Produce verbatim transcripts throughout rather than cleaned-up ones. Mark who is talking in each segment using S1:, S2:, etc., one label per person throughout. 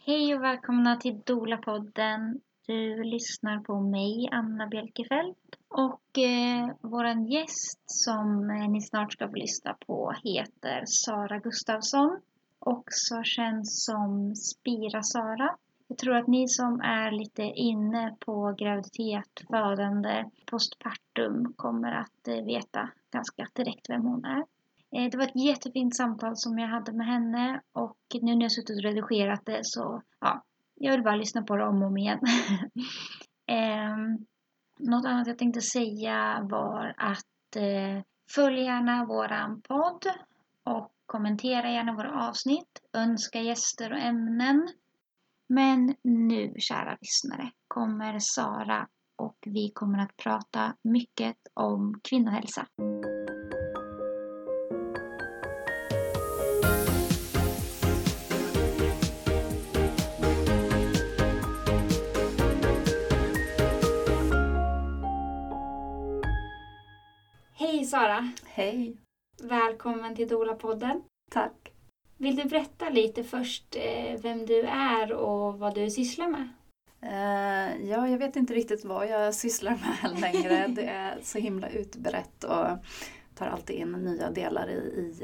S1: Hej och välkomna till Doula-podden. Du lyssnar på mig, Anna Bjelkefelt. Och eh, våran gäst som eh, ni snart ska få lyssna på heter Sara Gustafsson. Också känd som Spira-Sara. Jag tror att ni som är lite inne på graviditet, födande, postpartum kommer att eh, veta ganska direkt vem hon är. Det var ett jättefint samtal som jag hade med henne och nu när jag suttit och redigerat det så ja, jag vill bara lyssna på det om och om igen. eh, något annat jag tänkte säga var att eh, följ gärna våran podd och kommentera gärna våra avsnitt, önska gäster och ämnen. Men nu, kära lyssnare, kommer Sara och vi kommer att prata mycket om kvinnohälsa. Hej Sara!
S2: Hej!
S1: Välkommen till Doula-podden.
S2: Tack!
S1: Vill du berätta lite först vem du är och vad du sysslar med?
S2: Uh, ja, jag vet inte riktigt vad jag sysslar med längre. Det är så himla utbrett och tar alltid in nya delar i, i,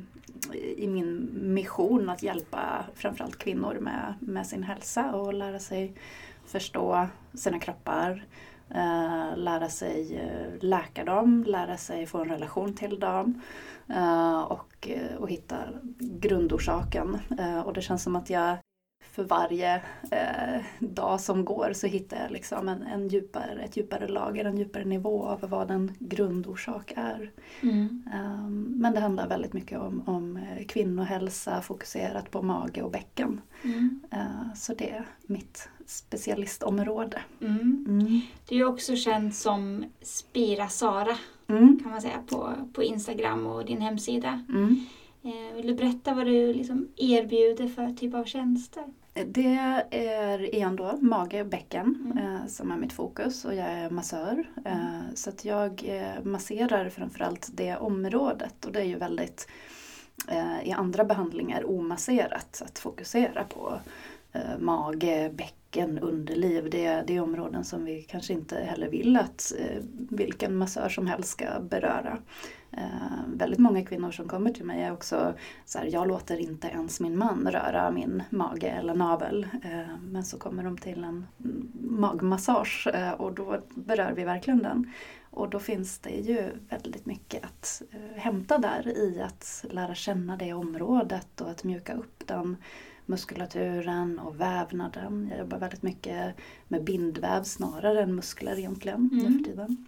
S2: i min mission att hjälpa framförallt kvinnor med, med sin hälsa och lära sig förstå sina kroppar. Uh, lära sig uh, läka dem, lära sig få en relation till dem uh, och, uh, och hitta grundorsaken. Uh, och det känns som att jag för varje uh, dag som går så hittar jag liksom en, en djupare, ett djupare lager, en djupare nivå av vad en grundorsak är. Mm. Um, men det handlar väldigt mycket om, om kvinnohälsa fokuserat på mage och bäcken. Mm. Uh, så det är mitt specialistområde.
S1: Mm. Mm. Du är också känd som Spira-Sara mm. kan man säga på, på Instagram och din hemsida. Mm. Eh, vill du berätta vad du liksom erbjuder för typ av tjänster?
S2: Det är igen då mage och bäcken mm. eh, som är mitt fokus och jag är massör. Mm. Eh, så att jag eh, masserar framförallt det området och det är ju väldigt eh, i andra behandlingar omasserat att fokusera på eh, mage, bäcken, underliv. Det, det är områden som vi kanske inte heller vill att eh, vilken massör som helst ska beröra. Eh, väldigt många kvinnor som kommer till mig är också så här, jag låter inte ens min man röra min mage eller navel. Eh, men så kommer de till en magmassage eh, och då berör vi verkligen den. Och då finns det ju väldigt mycket att eh, hämta där i att lära känna det området och att mjuka upp den muskulaturen och vävnaden. Jag jobbar väldigt mycket med bindväv snarare än muskler egentligen mm. nu för tiden.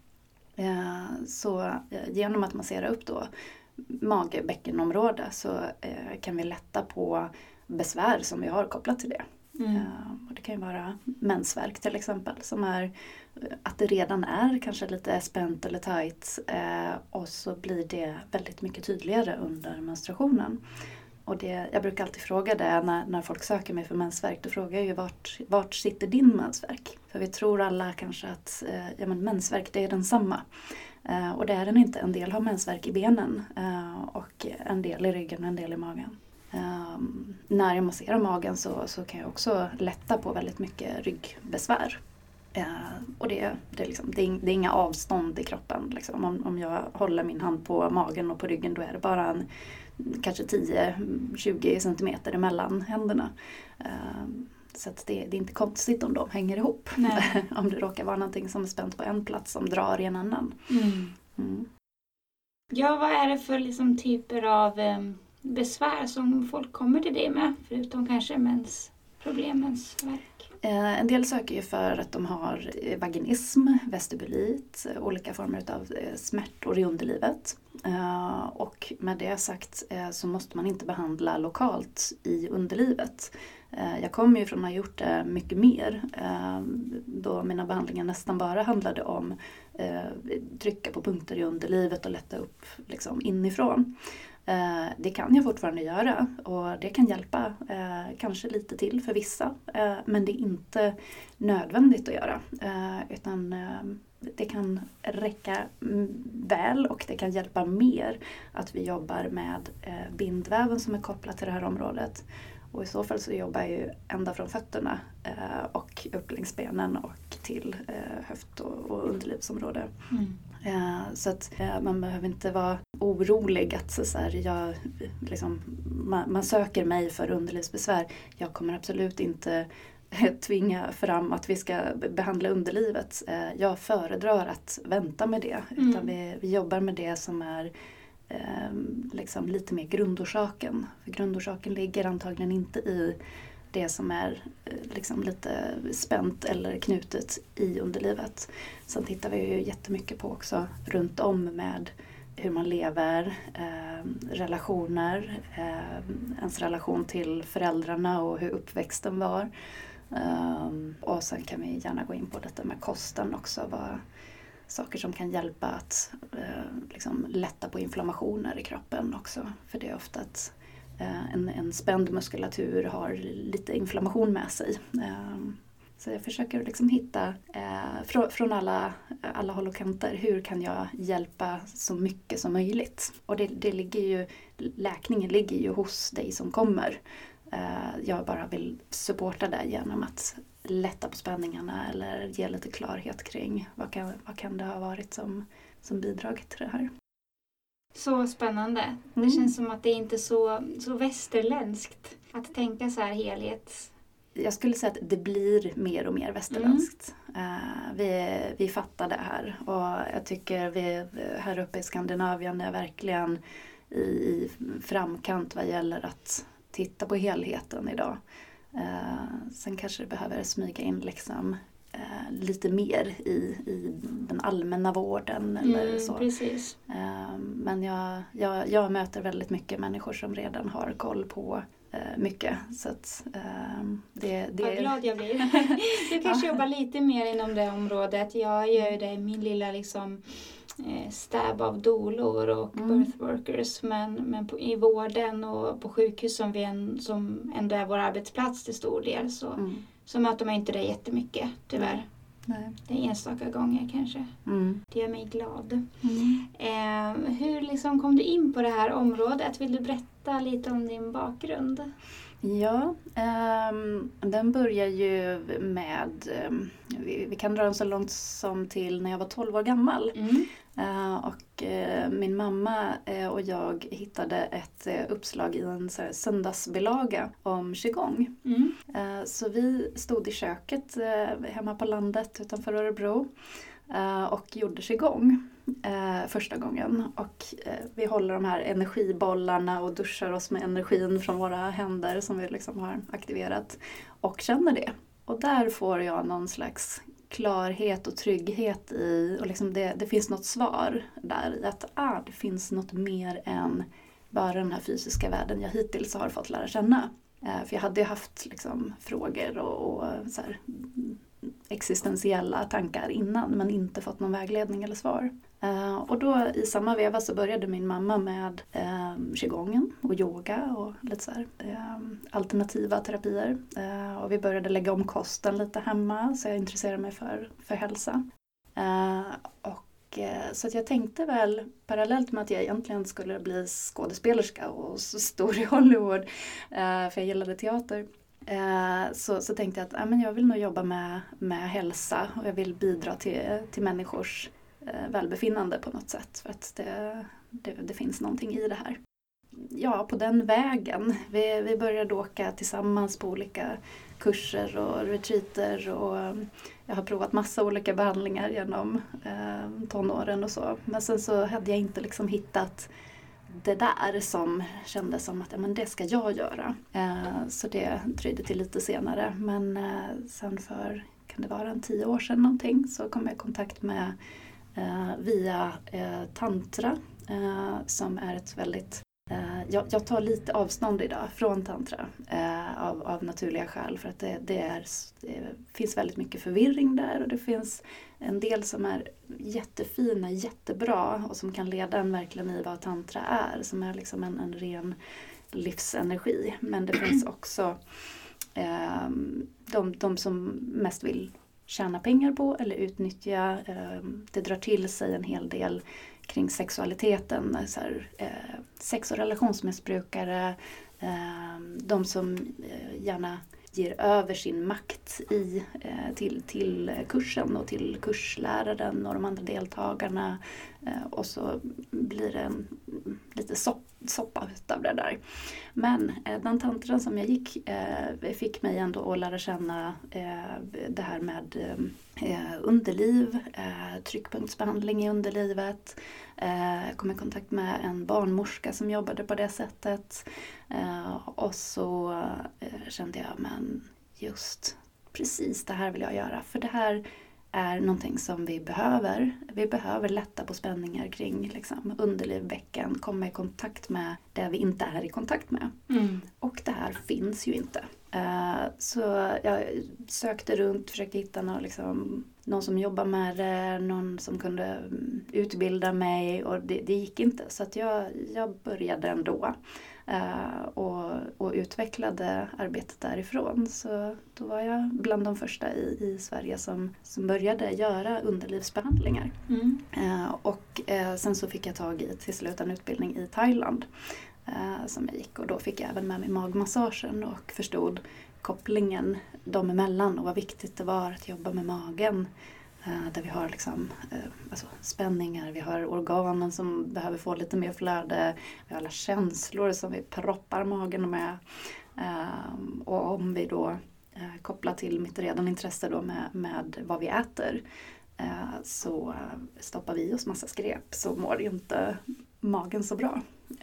S2: Så genom att massera upp då mage-bäckenområde så kan vi lätta på besvär som vi har kopplat till det. Mm. Och det kan ju vara mensvärk till exempel som är att det redan är kanske lite spänt eller tajt och så blir det väldigt mycket tydligare under menstruationen. Och det, jag brukar alltid fråga det när, när folk söker mig för mensvärk. Då frågar jag ju vart, vart sitter din mensvärk? För vi tror alla kanske att eh, ja, men mensvärk det är densamma. Eh, och det är den inte. En del har mensvärk i benen eh, och en del i ryggen och en del i magen. Eh, när jag masserar magen så, så kan jag också lätta på väldigt mycket ryggbesvär. Eh, och det, det, är liksom, det, är, det är inga avstånd i kroppen. Liksom. Om, om jag håller min hand på magen och på ryggen då är det bara en kanske tio till tjugo centimeter emellan händerna. Så att det, det är inte konstigt om de hänger ihop. Om det råkar vara någonting som är spänt på en plats som drar i en annan. Mm.
S1: Mm. Ja, vad är det för liksom typer av eh, besvär som folk kommer till dig med? Förutom kanske mensproblem, mensvärk.
S2: Eh, en del söker ju för att de har vaginism, vestibulit, olika former av smärtor i underlivet. Uh, och med det sagt uh, så måste man inte behandla lokalt i underlivet. Uh, jag kommer ju från att ha gjort det mycket mer. Uh, då mina behandlingar nästan bara handlade om uh, trycka på punkter i underlivet och lätta upp liksom, inifrån. Uh, det kan jag fortfarande göra och det kan hjälpa uh, kanske lite till för vissa. Uh, men det är inte nödvändigt att göra. Uh, utan uh, det kan räcka väl och det kan hjälpa mer att vi jobbar med bindväven som är kopplad till det här området. Och i så fall så jobbar jag ju ända från fötterna eh, och upp längs benen och till eh, höft- och, och underlivsområde. Mm. Eh, så att eh, man behöver inte vara orolig att så, så här, jag, liksom, man, man söker mig för underlivsbesvär. Jag kommer absolut inte tvinga fram att vi ska behandla underlivet. Eh, jag föredrar att vänta med det. Mm. Utan vi, vi jobbar med det som är eh, liksom lite mer grundorsaken. För grundorsaken ligger antagligen inte i det som är eh, liksom lite spänt eller knutet i underlivet. Sen tittar vi ju jättemycket på också runt om med hur man lever, eh, relationer, eh, ens relation till föräldrarna och hur uppväxten var. Um, och sen kan vi gärna gå in på detta med kosten också. Vad, saker som kan hjälpa att uh, liksom lätta på inflammationer i kroppen också. För det är ofta att uh, en, en spänd muskulatur har lite inflammation med sig. Um, så jag försöker liksom hitta uh, från, från alla, alla håll och kanter. Hur kan jag hjälpa så mycket som möjligt? Och det, det ligger ju, läkningen ligger ju hos dig som kommer. Jag bara vill supporta det genom att lätta på spänningarna eller ge lite klarhet kring vad kan, vad kan det ha varit som, som bidragit till det här.
S3: Så spännande. Mm. Det känns som att det inte är så, så västerländskt att tänka så här helhet.
S2: Jag skulle säga att det blir mer och mer västerländskt. Mm. Uh, vi, vi fattar det här och jag tycker vi här uppe i Skandinavien är verkligen i, i framkant vad gäller att titta på helheten idag. Eh, sen kanske det behöver smyga in liksom, eh, lite mer i, i den allmänna vården. Eller
S3: mm,
S2: så.
S3: Precis.
S2: Eh, men jag, jag, jag möter väldigt mycket människor som redan har koll på eh, mycket. Så att, eh, det, det...
S3: Vad glad jag blir. Du kanske jobbar lite mer inom det området. Jag gör ju det i min lilla liksom, stab av dolor och mm. birth workers, men, men på, i vården och på sjukhus som, vi en, som ändå är vår arbetsplats till stor del så, mm. så möter man inte det jättemycket tyvärr.
S2: Nej.
S3: Det är enstaka gånger kanske. Mm. Det gör mig glad.
S2: Mm.
S3: Eh, hur liksom kom du in på det här området? Vill du berätta lite om din bakgrund?
S2: Ja, um, den börjar ju med, um, vi, vi kan dra den så långt som till när jag var tolv år gammal. Mm. Uh, och uh, min mamma uh, och jag hittade ett uh, uppslag i en så här, söndagsbilaga om qigong. Mm. Uh, så vi stod i köket uh, hemma på landet utanför Örebro. Uh, och gjorde qigong uh, första gången. Och uh, vi håller de här energibollarna och duschar oss med energin från våra händer som vi liksom har aktiverat. Och känner det. Och där får jag någon slags klarhet och trygghet i. Och liksom det, det finns något svar där i att ah, det finns något mer än bara den här fysiska världen jag hittills har fått lära känna. Uh, för jag hade ju haft liksom, frågor och, och så här, existentiella tankar innan men inte fått någon vägledning eller svar. Uh, och då i samma veva så började min mamma med uh, qigongen och yoga och lite så här, uh, alternativa terapier. Uh, och vi började lägga om kosten lite hemma så jag intresserade mig för, för hälsa. Uh, och, uh, så att jag tänkte väl parallellt med att jag egentligen skulle bli skådespelerska och så stor i Hollywood uh, för jag gillade teater. Så, så tänkte jag att äh, men jag vill nog jobba med, med hälsa och jag vill bidra till, till människors eh, välbefinnande på något sätt. För att det, det, det finns någonting i det här. Ja, på den vägen. Vi, vi började åka tillsammans på olika kurser och retreater. Och jag har provat massa olika behandlingar genom eh, tonåren och så. Men sen så hade jag inte liksom hittat det där som kändes som att ja, men det ska jag göra. Eh, så det dröjde till lite senare. Men eh, sen för, kan det vara en tio år sedan någonting, så kom jag i kontakt med eh, via eh, tantra. Eh, som är ett väldigt, eh, jag, jag tar lite avstånd idag från tantra eh, av, av naturliga skäl. För att det, det, är, det finns väldigt mycket förvirring där och det finns en del som är jättefina, jättebra och som kan leda en verkligen i vad tantra är. Som är liksom en, en ren livsenergi. Men det finns också eh, de, de som mest vill tjäna pengar på eller utnyttja. Det drar till sig en hel del kring sexualiteten. Så här, sex- och relationsmissbrukare, de som gärna ger över sin makt i, till, till kursen och till kursläraren och de andra deltagarna. Och så blir det en lite sopp, soppa utav det där. Men den tantran som jag gick fick mig ändå att lära känna det här med underliv, tryckpunktsbehandling i underlivet. Jag kom i kontakt med en barnmorska som jobbade på det sättet. Och så kände jag, men just precis det här vill jag göra. För det här är någonting som vi behöver. Vi behöver lätta på spänningar kring liksom, underliv, bäcken, komma i kontakt med det vi inte är i kontakt med. Mm. Och det här finns ju inte. Uh, så jag sökte runt, försökte hitta någon, liksom, någon som jobbar med det, någon som kunde utbilda mig och det, det gick inte. Så att jag, jag började ändå. Uh, och, och utvecklade arbetet därifrån. Så då var jag bland de första i, i Sverige som, som började göra underlivsbehandlingar. Mm. Uh, och uh, sen så fick jag tag i till slut en utbildning i Thailand uh, som jag gick. Och då fick jag även med mig magmassagen och förstod kopplingen dem emellan och vad viktigt det var att jobba med magen. Där vi har liksom, alltså spänningar, vi har organen som behöver få lite mer flöde, vi har alla känslor som vi proppar magen med. Och om vi då kopplar till mitt redan intresse då med, med vad vi äter, så stoppar vi oss massa skräp så mår ju inte magen så bra.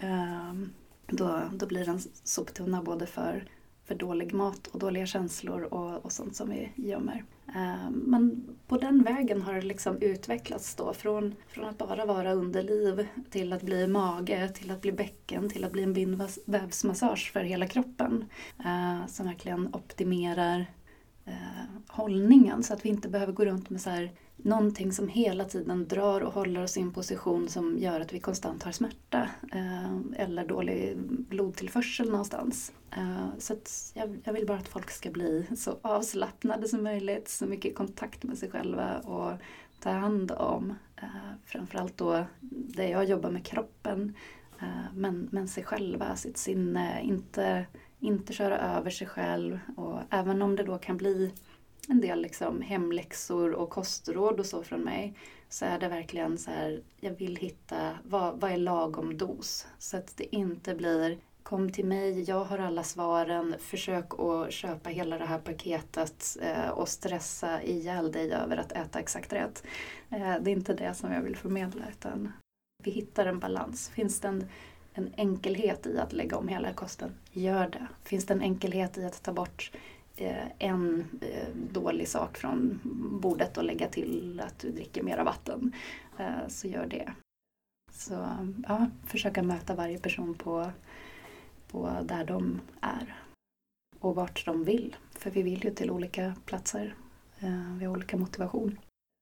S2: Då, då blir den soptunna både för för dålig mat och dåliga känslor och, och sånt som vi gömmer. Uh, men på den vägen har det liksom utvecklats då från, från att bara vara underliv till att bli mage, till att bli bäcken, till att bli en bindvävsmassage för hela kroppen. Uh, som verkligen optimerar uh, hållningen så att vi inte behöver gå runt med så här någonting som hela tiden drar och håller oss i en position som gör att vi konstant har smärta eh, eller dålig blodtillförsel någonstans. Eh, så att jag, jag vill bara att folk ska bli så avslappnade som möjligt, så mycket kontakt med sig själva och ta hand om. Eh, framförallt då där jag jobbar med kroppen, eh, men, men sig själva, sitt sinne, inte, inte köra över sig själv. Och även om det då kan bli en del liksom hemläxor och kostråd och så från mig, så är det verkligen så här, jag vill hitta vad, vad är lagom dos, så att det inte blir kom till mig, jag har alla svaren, försök att köpa hela det här paketet eh, och stressa ihjäl dig över att äta exakt rätt. Eh, det är inte det som jag vill förmedla, utan vi hittar en balans. Finns det en, en enkelhet i att lägga om hela kosten? Gör det. Finns det en enkelhet i att ta bort en dålig sak från bordet och lägga till att du dricker mera vatten, så gör det. Så ja, försöka möta varje person på, på där de är och vart de vill. För vi vill ju till olika platser. Vi har olika motivation.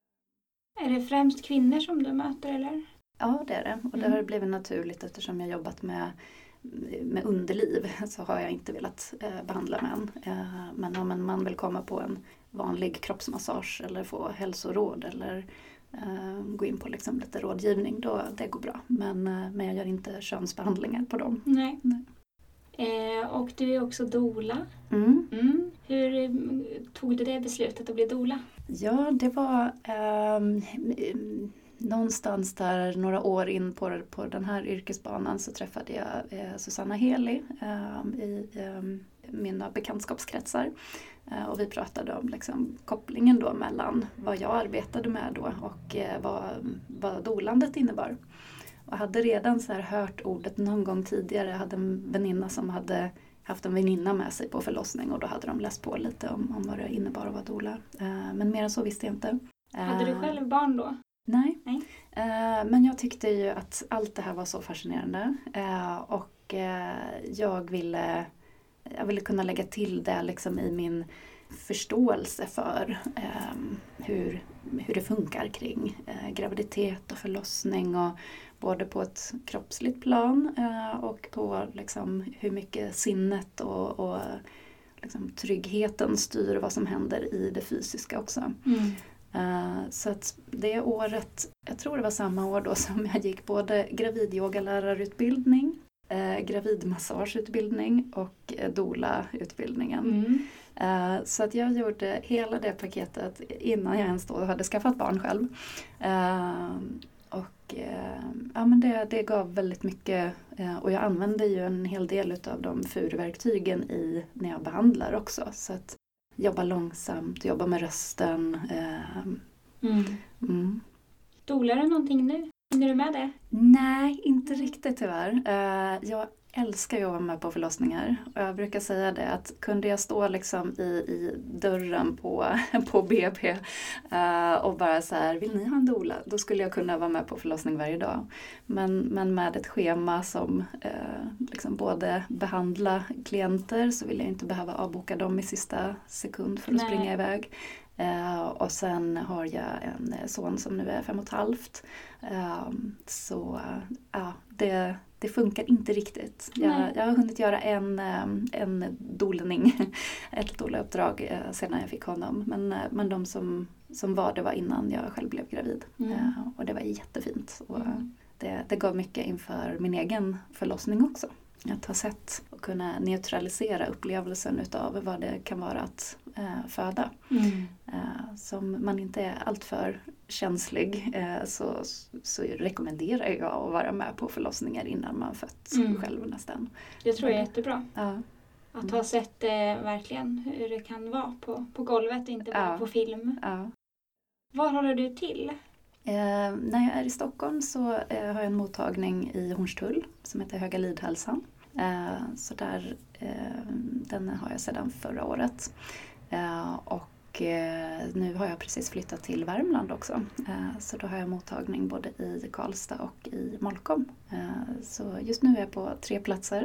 S3: Är det främst kvinnor som du möter eller?
S2: Ja, det är det. Och det har blivit naturligt eftersom jag jobbat med med underliv, så har jag inte velat eh, behandla män. Eh, men om en man vill komma på en vanlig kroppsmassage eller få hälsoråd eller eh, gå in på liksom lite rådgivning, då det går bra. Men, eh, men jag gör inte könsbehandlingar på dem.
S3: Nej. Nej. Eh, och du är också doula. Mm. Mm. Hur tog du det beslutet att bli doula?
S2: Ja, det var Eh, någonstans där några år in på, på den här yrkesbanan så träffade jag eh, Susanna Heli eh, i eh, mina bekantskapskretsar. Eh, och vi pratade om liksom, kopplingen då mellan vad jag arbetade med då och eh, vad, vad doulandet innebar. Och hade redan så här hört ordet någon gång tidigare. Jag hade en väninna som hade haft en väninna med sig på förlossning och då hade de läst på lite om, om vad det innebar att vara doula. Eh, men mer än så visste jag inte. Eh,
S3: hade du själv barn då?
S2: Nej,
S3: Nej.
S2: Uh, men jag tyckte ju att allt det här var så fascinerande uh, och uh, jag ville jag ville kunna lägga till det liksom i min förståelse för um, hur, hur det funkar kring uh, graviditet och förlossning, och både på ett kroppsligt plan uh, och på liksom hur mycket sinnet och, och liksom, tryggheten styr vad som händer i det fysiska också.
S3: Mm.
S2: Uh, så att det året, jag tror det var samma år då som jag gick både gravidyogalärarutbildning, uh, gravidmassageutbildning och uh, doula-utbildningen.
S3: Mm.
S2: Uh, så att jag gjorde hela det paketet innan jag ens då hade skaffat barn själv. Uh, och uh, ja, men det, det gav väldigt mycket, uh, och jag använde ju en hel del av de furverktygen i när jag behandlar också. Så att jobba långsamt, jobba med rösten. Uh,
S3: Mm.
S2: mm.
S3: Dolar du någonting nu? Hinner du med det?
S2: Nej, inte riktigt tyvärr. Uh, jag älskar att vara med på förlossningar. Och jag brukar säga det att kunde jag stå liksom i, i dörren på, på B B uh, och bara så här, vill ni ha en doula? Då skulle jag kunna vara med på förlossning varje dag. Men, men med ett schema som uh, liksom både behandla klienter, så vill jag inte behöva avboka dem i sista sekund för att
S3: Nej.
S2: springa iväg. Uh, och sen har jag en son som nu är fem och ett halvt. Uh, så uh, ja, det, det funkar inte riktigt. Jag, jag har hunnit göra en, um, en dolning, ett doula-uppdrag uh, sedan jag fick honom. Men, uh, men de som, som var det var innan jag själv blev gravid.
S3: Mm.
S2: Uh, och det var jättefint. Och, uh,
S3: Mm.
S2: det, det gav mycket inför min egen förlossning också. Att ha sett och kunna neutralisera upplevelsen utav vad det kan vara att eh, föda.
S3: Mm.
S2: Eh, som man inte är alltför känslig eh, så, så rekommenderar jag att vara med på förlossningar innan man fött
S3: Mm.
S2: själv nästan.
S3: Det tror jag är jättebra.
S2: Ja.
S3: Att ha sett eh, verkligen hur det kan vara på, på golvet och inte bara
S2: Ja.
S3: på film.
S2: Ja.
S3: Var håller du till?
S2: Eh, när jag är i Stockholm så eh, har jag en mottagning i Hornstull som heter Höga Lidhälsan. Eh, så där, eh, den har jag sedan förra året. Eh, och eh, nu har jag precis flyttat till Värmland också. Eh, så då har jag mottagning både i Karlstad och i Molkom. Eh, så just nu är jag på tre platser.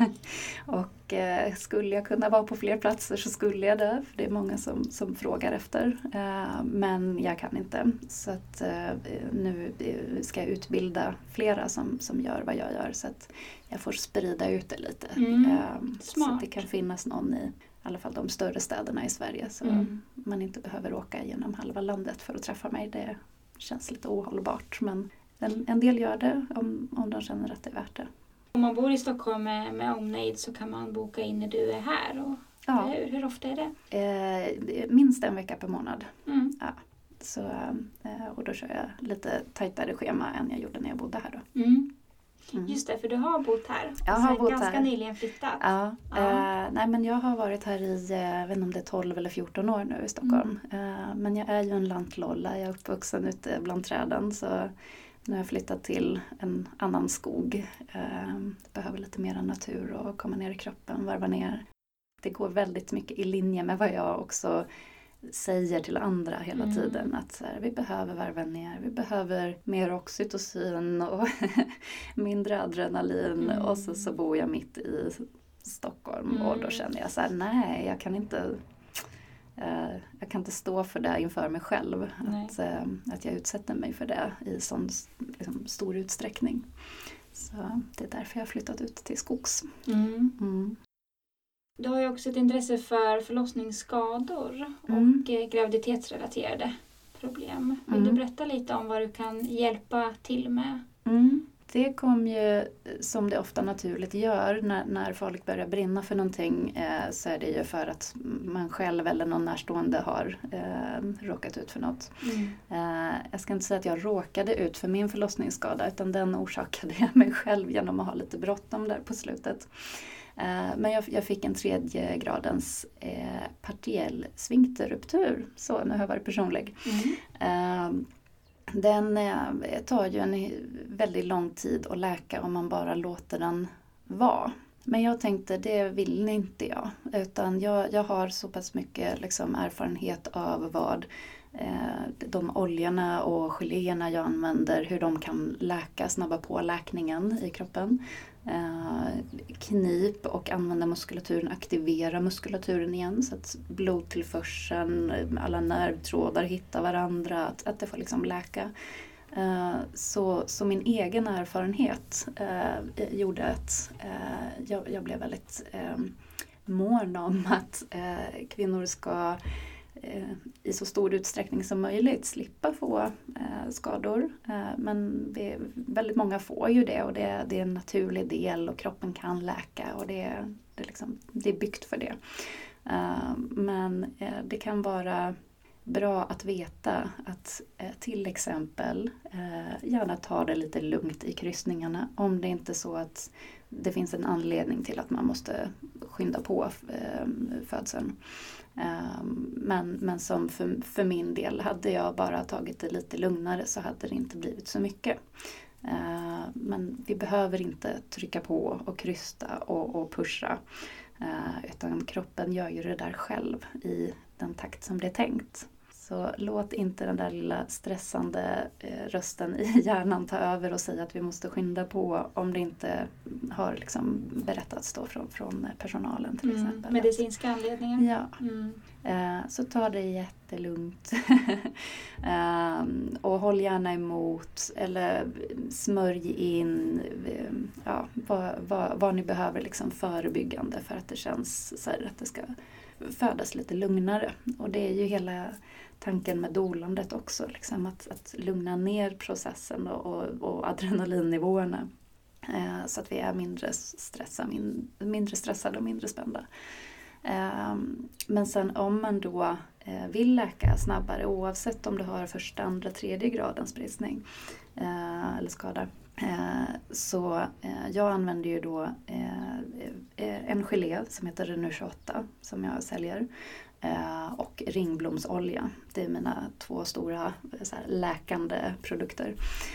S2: och eh, skulle jag kunna vara på fler platser så skulle jag det. För det är många som, som frågar efter. Eh, men jag kan inte. Så att, eh, nu ska jag utbilda flera som, som gör vad jag gör. Så att jag får sprida ut det lite.
S3: Mm,
S2: eh, så
S3: smart.
S2: att det kan finnas någon i I alla fall de större städerna i Sverige. Så
S3: Mm.
S2: man inte behöver åka genom halva landet för att träffa mig. Det känns lite ohållbart. Men en, en del gör det om, om de känner att det är värt det.
S3: Om man bor i Stockholm med, med omnejd så kan man boka in när du är här. Och,
S2: Ja.
S3: hur, hur ofta är det?
S2: Eh, minst en vecka per månad.
S3: Mm.
S2: Ja. Så, eh, och då kör jag lite tajtare schema än jag gjorde när jag bodde här då.
S3: Mm.
S2: Mm.
S3: Just det, för du har bott här.
S2: Jag har
S3: Så
S2: bott
S3: ganska
S2: här.
S3: nyligen flyttat.
S2: Ja,
S3: Ja.
S2: Eh, nej men jag har varit här i, eh, jag vet inte om det är tolv eller fjorton år nu i Stockholm. Eh, men jag är ju en lantlolla, jag är uppvuxen ute bland träden så nu har jag flyttat till en annan skog. Eh, behöver lite mer natur och komma ner i kroppen, varva ner. Det går väldigt mycket i linje med vad jag också säger till andra hela
S3: Mm.
S2: tiden. Att så här, vi behöver varva ner, vi behöver mer oxytocin och mindre adrenalin.
S3: Mm.
S2: Och så, så bor jag mitt i Stockholm
S3: Mm.
S2: och då känner jag så här, nej jag kan inte eh, jag kan inte stå för det inför mig själv. Att, eh, att jag utsätter mig för det i sån liksom, stor utsträckning. Så det är därför jag har flyttat ut till skogs.
S3: Mm.
S2: Mm.
S3: Du har ju också ett intresse för förlossningsskador
S2: Mm.
S3: och eh, graviditetsrelaterade problem. Vill
S2: Mm.
S3: du berätta lite om vad du kan hjälpa till med?
S2: Mm. Det kom ju som det ofta naturligt gör när, när folk börjar brinna för någonting eh, så är det ju för att man själv eller någon närstående har eh, råkat ut för något.
S3: Mm.
S2: Eh, jag ska inte säga att jag råkade ut för min förlossningsskada utan den orsakade jag mig själv genom att ha lite bråttom där på slutet. Eh, men jag, jag fick en tredje gradens eh, partiell sfinkterruptur, så nu har jag varit personlig.
S3: Mm.
S2: Eh, Den eh, tar ju en väldigt lång tid att läka om man bara låter den vara. Men jag tänkte, det vill inte jag. Utan jag, jag har så pass mycket liksom, erfarenhet av vad eh, de oljorna och geléerna jag använder, hur de kan läka, snabba på läkningen i kroppen. Eh, knip och använda muskulaturen, aktivera muskulaturen igen så att blodtillförseln, alla nervtrådar hittar varandra, att, att det får liksom läka. Eh, så, så min egen erfarenhet eh, gjorde att eh, jag, jag blev väldigt eh, mån om att eh, kvinnor ska eh, i så stor utsträckning som möjligt slippa få eh, skador. Eh, men det, väldigt många får ju det och det, det är en naturlig del och kroppen kan läka och det, det, liksom, det är byggt för det. Eh, men eh, det kan vara bra att veta att eh, till exempel eh, gärna ta det lite lugnt i kryssningarna om det inte är så att det finns en anledning till att man måste skynda på eh, födseln. Eh, men, men som för, för min del, hade jag bara tagit det lite lugnare så hade det inte blivit så mycket. Eh, men vi behöver inte trycka på och krysta och, och pusha. Eh, utan kroppen gör ju det där själv i den takt som det är tänkt. Så låt inte den där lilla stressande eh, rösten i hjärnan ta över och säga att vi måste skynda på om det inte har liksom berättats då från, från personalen till
S3: mm,
S2: exempel.
S3: Medicinska anledningar.
S2: Ja, mm. eh, så ta det jättelugnt. eh, och håll gärna emot eller smörj in eh, ja, vad, vad, vad ni behöver liksom förebyggande för att det känns så här, att det ska födas lite lugnare. Och det är ju hela tanken med dolandet också, liksom att, att lugna ner processen och, och, och adrenalinnivåerna eh, så att vi är mindre, stressa, min, mindre stressade och mindre spända. Eh, men sen om man då eh, vill läka snabbare oavsett om du har första, andra, tredje gradens bristning eh, eller skada. Eh, så eh, jag använder ju då eh, en gelé som heter Renew tjugoåtta som jag säljer. Eh, och ringblomsolja. Det är mina två stora så här, läkande produkter.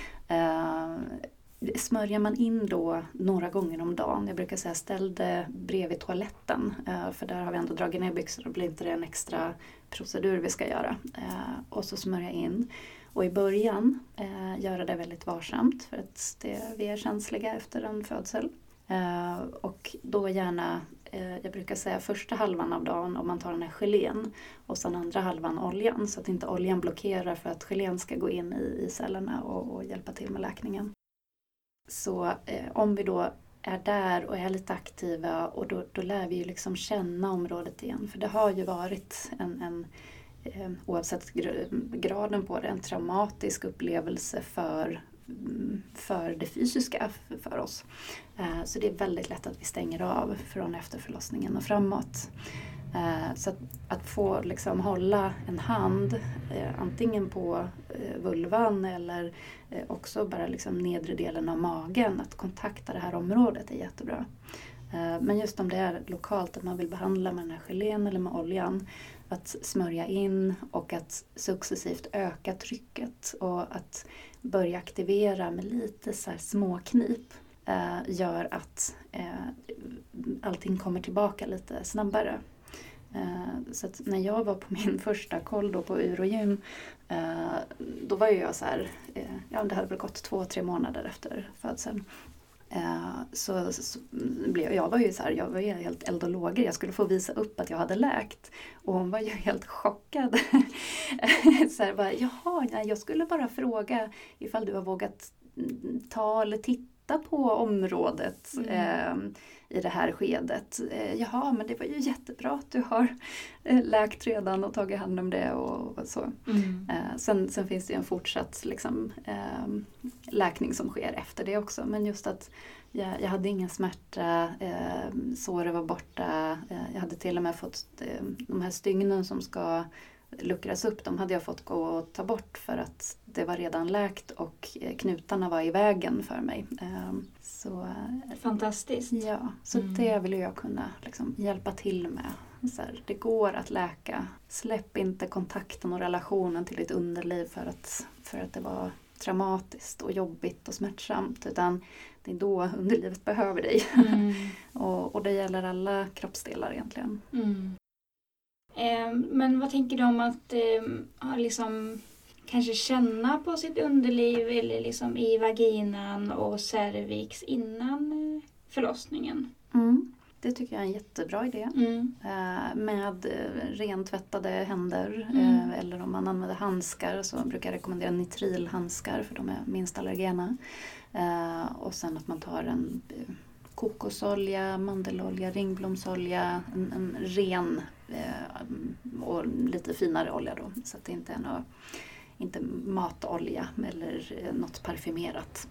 S2: Eh, smörjer man in då några gånger om dagen. Jag brukar säga ställ det bredvid toaletten. Eh, för där har vi ändå dragit ner byxor och blir inte det en extra procedur vi ska göra. Eh, och så smörja in. Och i början eh, göra det väldigt varsamt för att det, vi är känsliga efter en födsel. Uh, och då gärna, uh, jag brukar säga första halvan av dagen om man tar den här gelén och sen andra halvan oljan så att inte oljan blockerar för att gelén ska gå in i, i cellerna och, och hjälpa till med läkningen. Så uh, om vi då är där och är lite aktiva och då, då lär vi ju liksom känna området igen för det har ju varit en, en uh, oavsett graden på det, en traumatisk upplevelse för för det fysiska för oss. Så det är väldigt lätt att vi stänger av från efter förlossningen och framåt. Så att, att få liksom hålla en hand antingen på vulvan eller också bara liksom nedre delen av magen, att kontakta det här området är jättebra. Men just om det är lokalt att man vill behandla med den här gelén eller med oljan, att smörja in och att successivt öka trycket och att börja aktivera med lite så här små knip eh, gör att eh, allting kommer tillbaka lite snabbare. Eh, så att när jag var på min första koll då på urogym eh, då var ju jag så här, eh, ja det hade väl gått två, tre månader efter födseln. Uh, så, så blev, jag var ju så här, jag var ju helt eld och lågor. Jag skulle få visa upp att jag hade läkt. Och hon var ju helt chockad. så här, bara, Jaha, nej, jag skulle bara fråga ifall du har vågat ta eller titta på området mm. eh, i det här skedet. Eh, jaha, men det var ju jättebra att du har eh, läkt redan och tagit hand om det och, och så. Mm. Eh, sen, sen finns det ju en fortsatt liksom, eh, läkning som sker efter det också. Men just att jag, jag hade ingen smärta, eh, såret var borta. Eh, jag hade till och med fått eh, de här stygnen som ska luckras upp, de hade jag fått gå och ta bort för att det var redan läkt och knutarna var i vägen för mig. Så,
S3: fantastiskt.
S2: Ja, så mm. det vill jag kunna liksom hjälpa till med. Så här, det går att läka. Släpp inte kontakten och relationen till ditt underliv för att, för att det var traumatiskt och jobbigt och smärtsamt, utan det är då underlivet behöver dig. Mm. och, och det gäller alla kroppsdelar egentligen.
S3: Mm. Men vad tänker du om att eh, liksom, kanske känna på sitt underliv eller liksom i vaginan och cervix innan förlossningen?
S2: Mm. Det tycker jag är en jättebra idé.
S3: Mm.
S2: Eh, med rentvättade händer
S3: mm.
S2: eh, eller om man använder handskar så brukar jag rekommendera nitrilhandskar för de är minst allergena. Eh, och sen att man tar en kokosolja, mandelolja, ringblomsolja, en, en ren eh, och lite finare olja då. Så att det inte är något, inte matolja eller något parfymerat.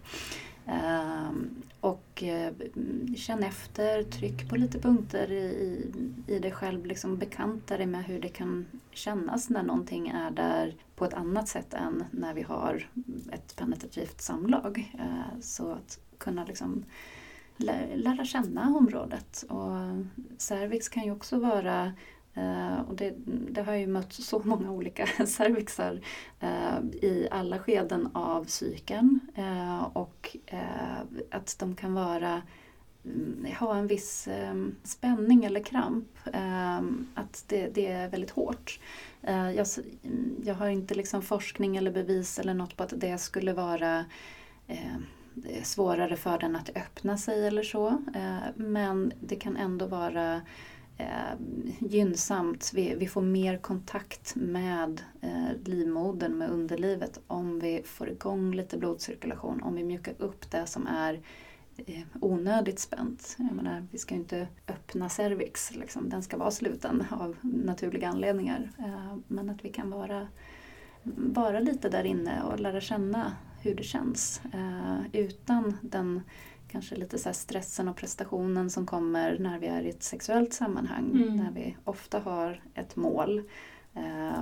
S2: Um, och uh, känn efter, tryck på lite punkter i, i dig själv, liksom bekanta dig med hur det kan kännas när någonting är där på ett annat sätt än när vi har ett penetrativt samlag. Uh, så att kunna liksom lä- lära känna området. Och cervix kan ju också vara Uh, och det, det har ju mött så många olika cervixar uh, i alla skeden av cykeln uh, och uh, att de kan vara um, ha en viss um, spänning eller kramp, um, att det, det är väldigt hårt. Uh, jag, jag har inte liksom forskning eller bevis eller något på att det skulle vara uh, svårare för den att öppna sig eller så, uh, men det kan ändå vara Eh, gynnsamt. Vi, vi får mer kontakt med eh, livmodern, med underlivet, om vi får igång lite blodcirkulation, om vi mjukar upp det som är eh, onödigt spänt. Jag menar, vi ska ju inte öppna cervix, liksom. Den ska vara sluten av naturliga anledningar. Eh, men att vi kan vara, vara lite där inne och lära känna hur det känns eh, utan den kanske lite så här stressen och prestationen som kommer när vi är i ett sexuellt sammanhang. Mm. När vi ofta har ett mål eh,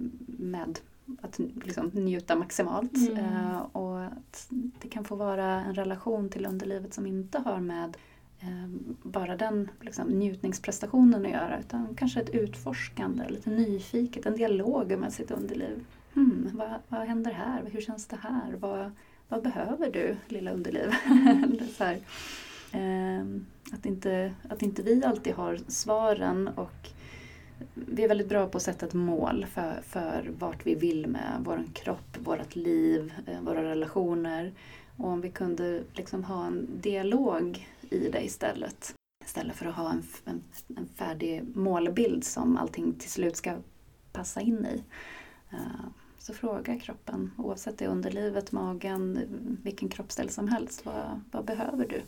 S2: med att liksom njuta maximalt. Mm. Eh, och att det kan få vara en relation till underlivet som inte har med eh, bara den liksom, njutningsprestationen att göra. Utan kanske ett utforskande, lite nyfiket, en dialog med sitt underliv. Hmm, vad, vad händer här? Hur känns det här? Vad... Vad behöver du, lilla underliv? Mm. Så här, eh, att, inte, att inte vi alltid har svaren, och vi är väldigt bra på att sätta ett mål för, för vart vi vill med vår kropp, vårt liv, eh, våra relationer. Och om vi kunde liksom ha en dialog i det istället. Istället för att ha en, en, en färdig målbild som allting till slut ska passa in i. Eh, Så fråga kroppen, oavsett det underlivet, magen, vilken kroppsdel som helst, vad, vad behöver du?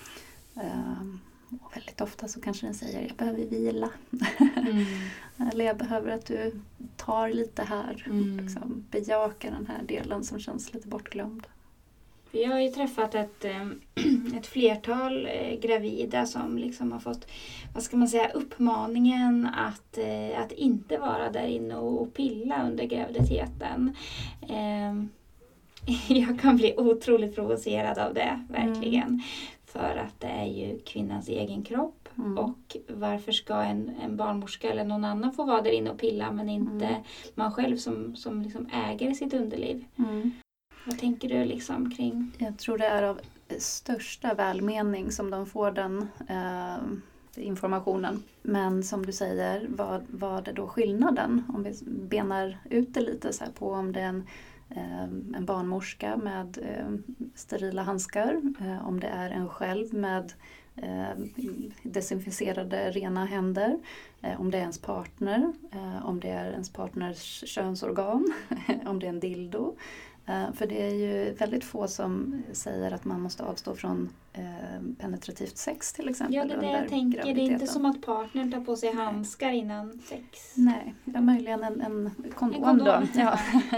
S2: Um, och väldigt ofta så kanske den säger, jag behöver vila. Mm. Eller jag behöver att du tar lite här. Mm. Liksom, bejaka den här delen som känns lite bortglömd.
S3: Jag har ju träffat ett, ett flertal gravida som liksom har fått, vad ska man säga, uppmaningen att, att inte vara där inne och pilla under graviditeten. Jag kan bli otroligt provocerad av det, verkligen. Mm. För att det är ju kvinnans egen kropp. Mm. Och varför ska en, en barnmorska eller någon annan få vara där inne och pilla, men inte mm. man själv som, som liksom äger sitt underliv. Mm. Vad tänker du liksom kring?
S2: Jag tror det är av största välmening som de får den eh, informationen. Men som du säger, vad, vad är då skillnaden? Om vi benar ut det lite så här på om det är en, eh, en barnmorska med eh, sterila handskar. Eh, om det är en själv med eh, desinficerade rena händer. Eh, om det är ens partner. Eh, om det är ens partners könsorgan. Om det är en dildo. För det är ju väldigt få som säger att man måste avstå från eh, penetrativt sex till exempel.
S3: Ja, det är det jag tänker. Det är inte som att partnern tar på sig handskar Nej. innan sex.
S2: Nej, ja, möjligen en, en kondom, en kondom då. Ja.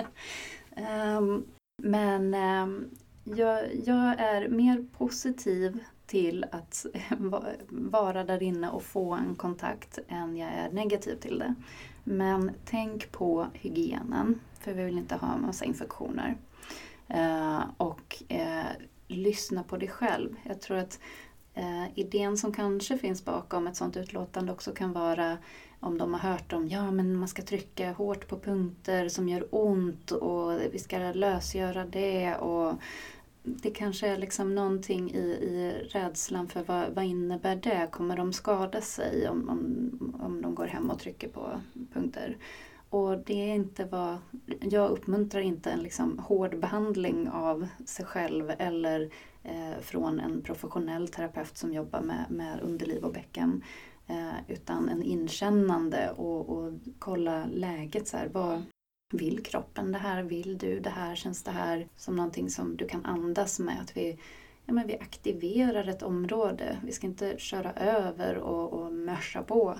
S2: um, men um, jag, jag är mer positiv till att vara där inne och få en kontakt än jag är negativ till det. Men tänk på hygienen, för vi vill inte ha en massa infektioner. Uh, och uh, lyssna på dig själv. Jag tror att uh, idén som kanske finns bakom ett sådant utlåtande också kan vara, om de har hört om, ja men man ska trycka hårt på punkter som gör ont och vi ska lösgöra det, och det kanske är liksom någonting i, i rädslan för vad, vad innebär det? Kommer de skada sig om, om, om de går hem och trycker på punkter? Och det är inte vad, jag uppmuntrar inte en liksom hård behandling av sig själv eller eh, från en professionell terapeut som jobbar med, med underliv och bäcken. Eh, utan en inkännande och, och kolla läget så här, vad vill kroppen det här? Vill du det här? Känns det här som någonting som du kan andas med? Att vi ja, men vi aktiverar ett område. Vi ska inte köra över och, och mörsa på.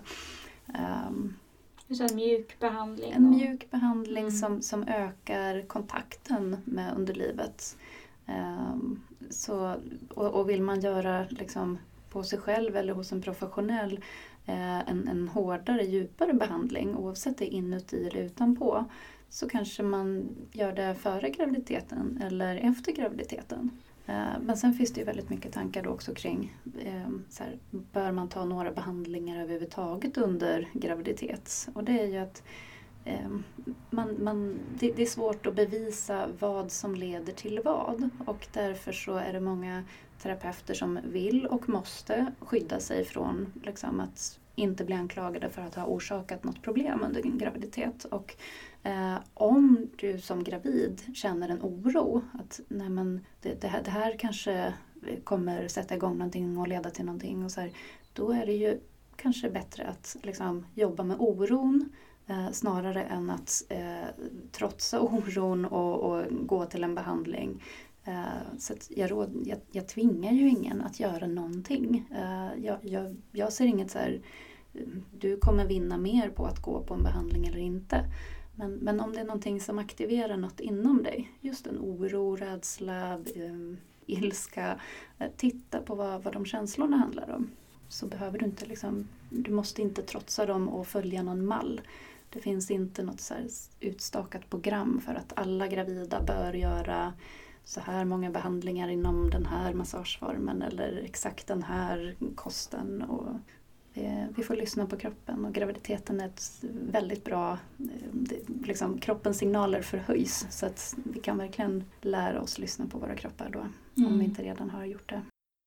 S2: Um,
S3: Så en mjuk behandling.
S2: En
S3: och...
S2: mjuk behandling mm. som, som ökar kontakten med underlivet. Um, så, och, och vill man göra liksom, på sig själv eller hos en professionell eh, en, en hårdare, djupare behandling, oavsett det är inuti eller utanpå, så kanske man gör det före graviditeten eller efter graviditeten. Eh, men sen finns det ju väldigt mycket tankar då också kring eh, så här, bör man ta några behandlingar överhuvudtaget under graviditet? Och det är ju att eh, man, man, det, det är svårt att bevisa vad som leder till vad, och därför så är det många terapeuter som vill och måste skydda sig från liksom, att inte bli anklagade för att ha orsakat något problem under din graviditet. Och eh, om du som gravid känner en oro att nej men, det, det, här, det här kanske kommer sätta igång någonting och leda till någonting, och så här, då är det ju kanske bättre att liksom, jobba med oron eh, snarare än att eh, trotsa oron och, och gå till en behandling. Uh, så att jag, råd, jag, jag tvingar ju ingen att göra någonting. Uh, jag, jag, jag ser inget så här, du kommer vinna mer på att gå på en behandling eller inte. Men, men om det är någonting som aktiverar något inom dig, just en oro, rädsla, um, ilska, uh, titta på vad, vad de känslorna handlar om. Så behöver du inte liksom, du måste inte trotsa dem och följa någon mall. Det finns inte något så här utstakat program för att alla gravida bör göra så här många behandlingar inom den här massageformen eller exakt den här kosten. Och vi, vi får lyssna på kroppen, och graviditeten är ett väldigt bra, det, liksom, kroppens signaler förhöjs, så att vi kan verkligen lära oss lyssna på våra kroppar då, mm. om vi inte redan har gjort det.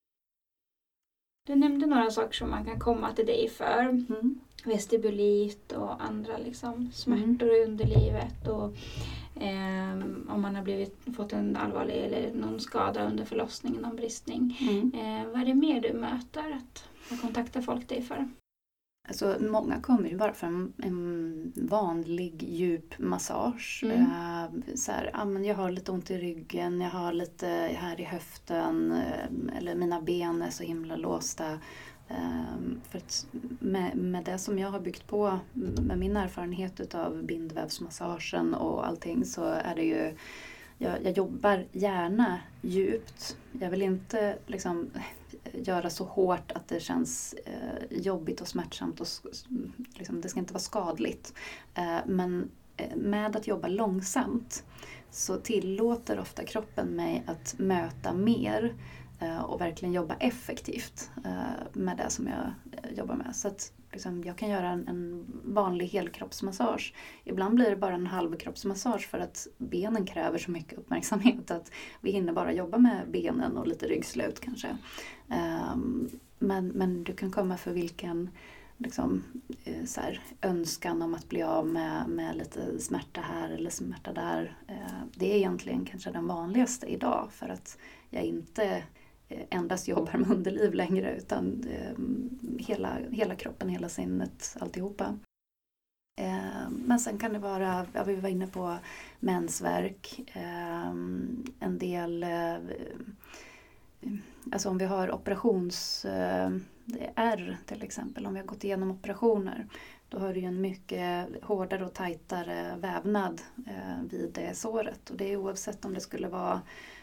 S3: Du nämnde några saker som man kan komma till dig för.
S2: Mm.
S3: Vestibulit och andra liksom, smärtor mm. i underlivet. Och, eh, om man har blivit, fått en allvarlig eller någon skada under förlossningen, någon bristning.
S2: Mm.
S3: Eh, vad är det mer du möter att, att kontakta folk dig för?
S2: Alltså, många kommer ju bara för en, en vanlig djup massage.
S3: Mm.
S2: Eh, så här, ah, men jag har lite ont i ryggen, jag har lite här i höften, eh, eller mina ben är så himla låsta. Eh, för att med, med det som jag har byggt på, med min erfarenhet av bindvävsmassagen och allting, så är det ju, jag, jag jobbar gärna djupt. Jag vill inte liksom göra så hårt att det känns eh, jobbigt och smärtsamt, och liksom, det ska inte vara skadligt. Eh, men eh, med att jobba långsamt så tillåter ofta kroppen mig att möta mer eh, och verkligen jobba effektivt eh, med det som jag eh, jobbar med. Så att liksom, jag kan göra en, en vanlig helkroppsmassage. Ibland blir det bara en halvkroppsmassage för att benen kräver så mycket uppmärksamhet att vi hinner bara jobba med benen och lite ryggslut kanske. Um, men, men du kan komma för vilken liksom, så här, önskan om att bli av med, med lite smärta här eller smärta där. Uh, det är egentligen kanske den vanligaste idag, för att jag inte endast jobbar med underliv längre, utan eh, hela, hela kroppen, hela sinnet, alltihopa. Eh, men sen kan det vara, ja, vi var inne på mensvärk, eh, en del, eh, alltså om vi har operations, eh, R till exempel, om vi har gått igenom operationer, då har du ju en mycket hårdare och tajtare vävnad eh, vid det såret, och det är oavsett om det skulle vara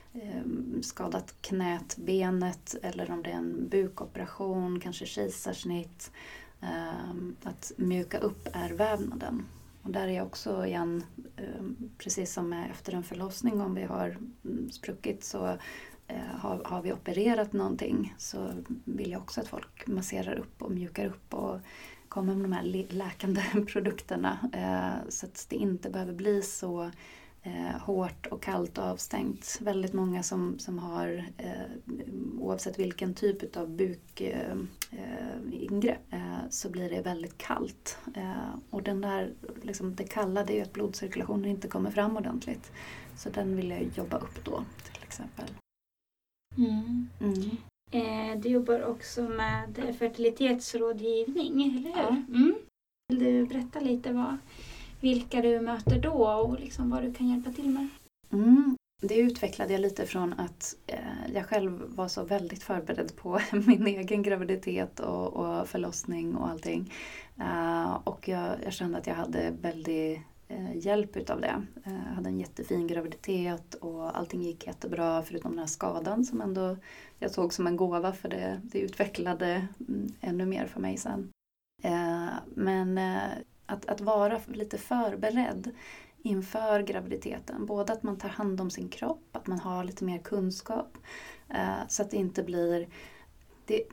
S2: skadat knät, benet, eller om det är en bukoperation, kanske kejsarsnitt. Att mjuka upp är vävnaden. Och där är också igen, precis som med efter en förlossning, om vi har spruckit så har, har vi opererat någonting, så vill jag också att folk masserar upp och mjukar upp och kommer med de här läkande produkterna, så att det inte behöver bli så Eh, hårt och kallt och avstängt. Väldigt många som, som har, eh, oavsett vilken typ av bukingrepp, eh, eh, så blir det väldigt kallt. Eh, och den där, liksom, det kalla, det är ju att blodcirkulationen inte kommer fram ordentligt. Så den vill jag jobba upp då, till exempel.
S3: Mm.
S2: Mm.
S3: Eh, du jobbar också med fertilitetsrådgivning, eller hur?
S2: Ja.
S3: Mm. Vill du berätta lite vad vilka du möter då och liksom vad du kan hjälpa till med?
S2: Mm. det utvecklade jag lite från att eh, jag själv var så väldigt förberedd på min egen graviditet och, och förlossning och allting. Uh, och jag, jag kände att jag hade väldigt eh, hjälp utav det. Uh, jag hade en jättefin graviditet och allting gick jättebra förutom den här skadan som ändå jag såg som en gåva för det, det utvecklade mm, ännu mer för mig sen. Uh, men uh, att, att vara lite förberedd inför graviditeten. Både att man tar hand om sin kropp, att man har lite mer kunskap. Eh, så att det inte blir... Det,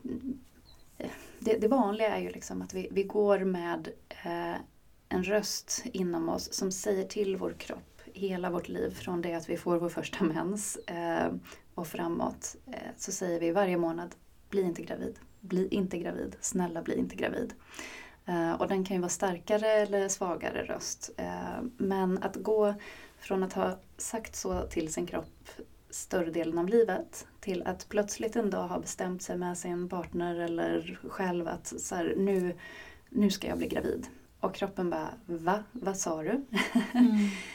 S2: det, det vanliga är ju liksom att vi, vi går med eh, en röst inom oss som säger till vår kropp hela vårt liv från det att vi får vår första mens eh, och framåt. Eh, så säger vi varje månad, bli inte gravid, bli inte gravid, snälla bli inte gravid. Uh, och den kan ju vara starkare eller svagare röst. Uh, men att gå från att ha sagt så till sin kropp större delen av livet till att plötsligt en dag ha bestämt sig med sin partner eller själv att så här, nu, nu ska jag bli gravid. Och kroppen bara, va? Vad sa du? Mm.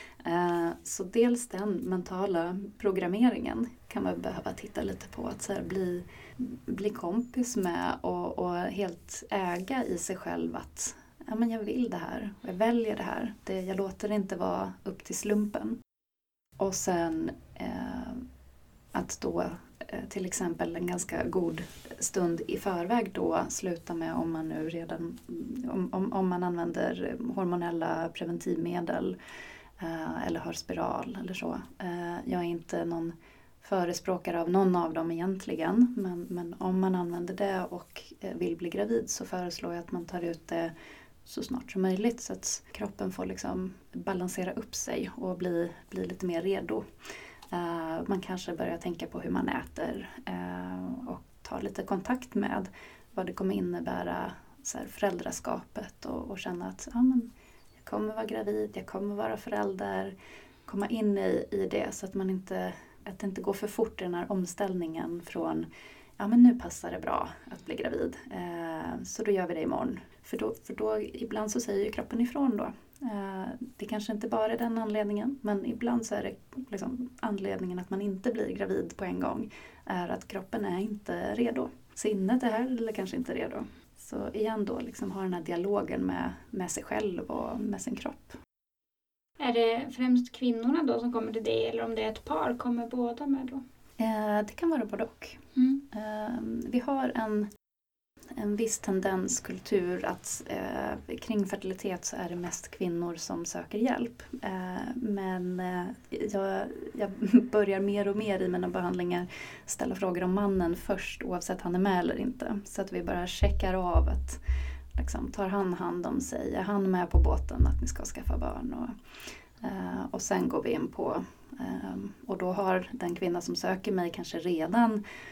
S2: uh, så dels den mentala programmeringen kan man behöva titta lite på. Att så här, bli... bli kompis med och, och helt äga i sig själv att ja, men jag vill det här, jag väljer det här. Det, jag låter det inte vara upp till slumpen. Och sen eh, att då eh, till exempel en ganska god stund i förväg då sluta med om man nu redan om, om, om man använder hormonella preventivmedel eh, eller har spiral eller så. Eh, jag är inte någon förespråkare av någon av dem egentligen. Men, men om man använder det och vill bli gravid så föreslår jag att man tar ut det så snart som möjligt. Så att kroppen får liksom balansera upp sig och bli, bli lite mer redo. Uh, man kanske börjar tänka på hur man äter uh, och tar lite kontakt med vad det kommer innebära så här, föräldraskapet. Och, och känna att ja, men jag kommer vara gravid, jag kommer vara förälder. Komma in i, i det så att man inte... Att det inte går för fort i den här omställningen från ja men nu passar det bra att bli gravid. Eh, så då gör vi det imorgon. För då, för då ibland så säger ju kroppen ifrån då. Eh, det kanske inte bara är den anledningen. Men ibland så är det liksom anledningen att man inte blir gravid på en gång. Är att kroppen är inte redo. Sinnet är här eller kanske inte redo. Så igen då liksom ha den här dialogen med, med sig själv och med sin kropp.
S3: Är det främst kvinnorna då som kommer till det eller om det är ett par, kommer båda med då?
S2: Eh, det kan vara både och. Mm. Eh, vi har en, en viss tendens, kultur, att eh, kring fertilitet så är det mest kvinnor som söker hjälp. Eh, men eh, jag, jag börjar mer och mer i mina behandlingar ställa frågor om mannen först oavsett han är med eller inte. Så att vi bara checkar av att liksom, tar han hand om sig? Är han med på båten att ni ska skaffa barn? Och, uh, och sen går vi in på... Uh, och då har den kvinna som söker mig kanske redan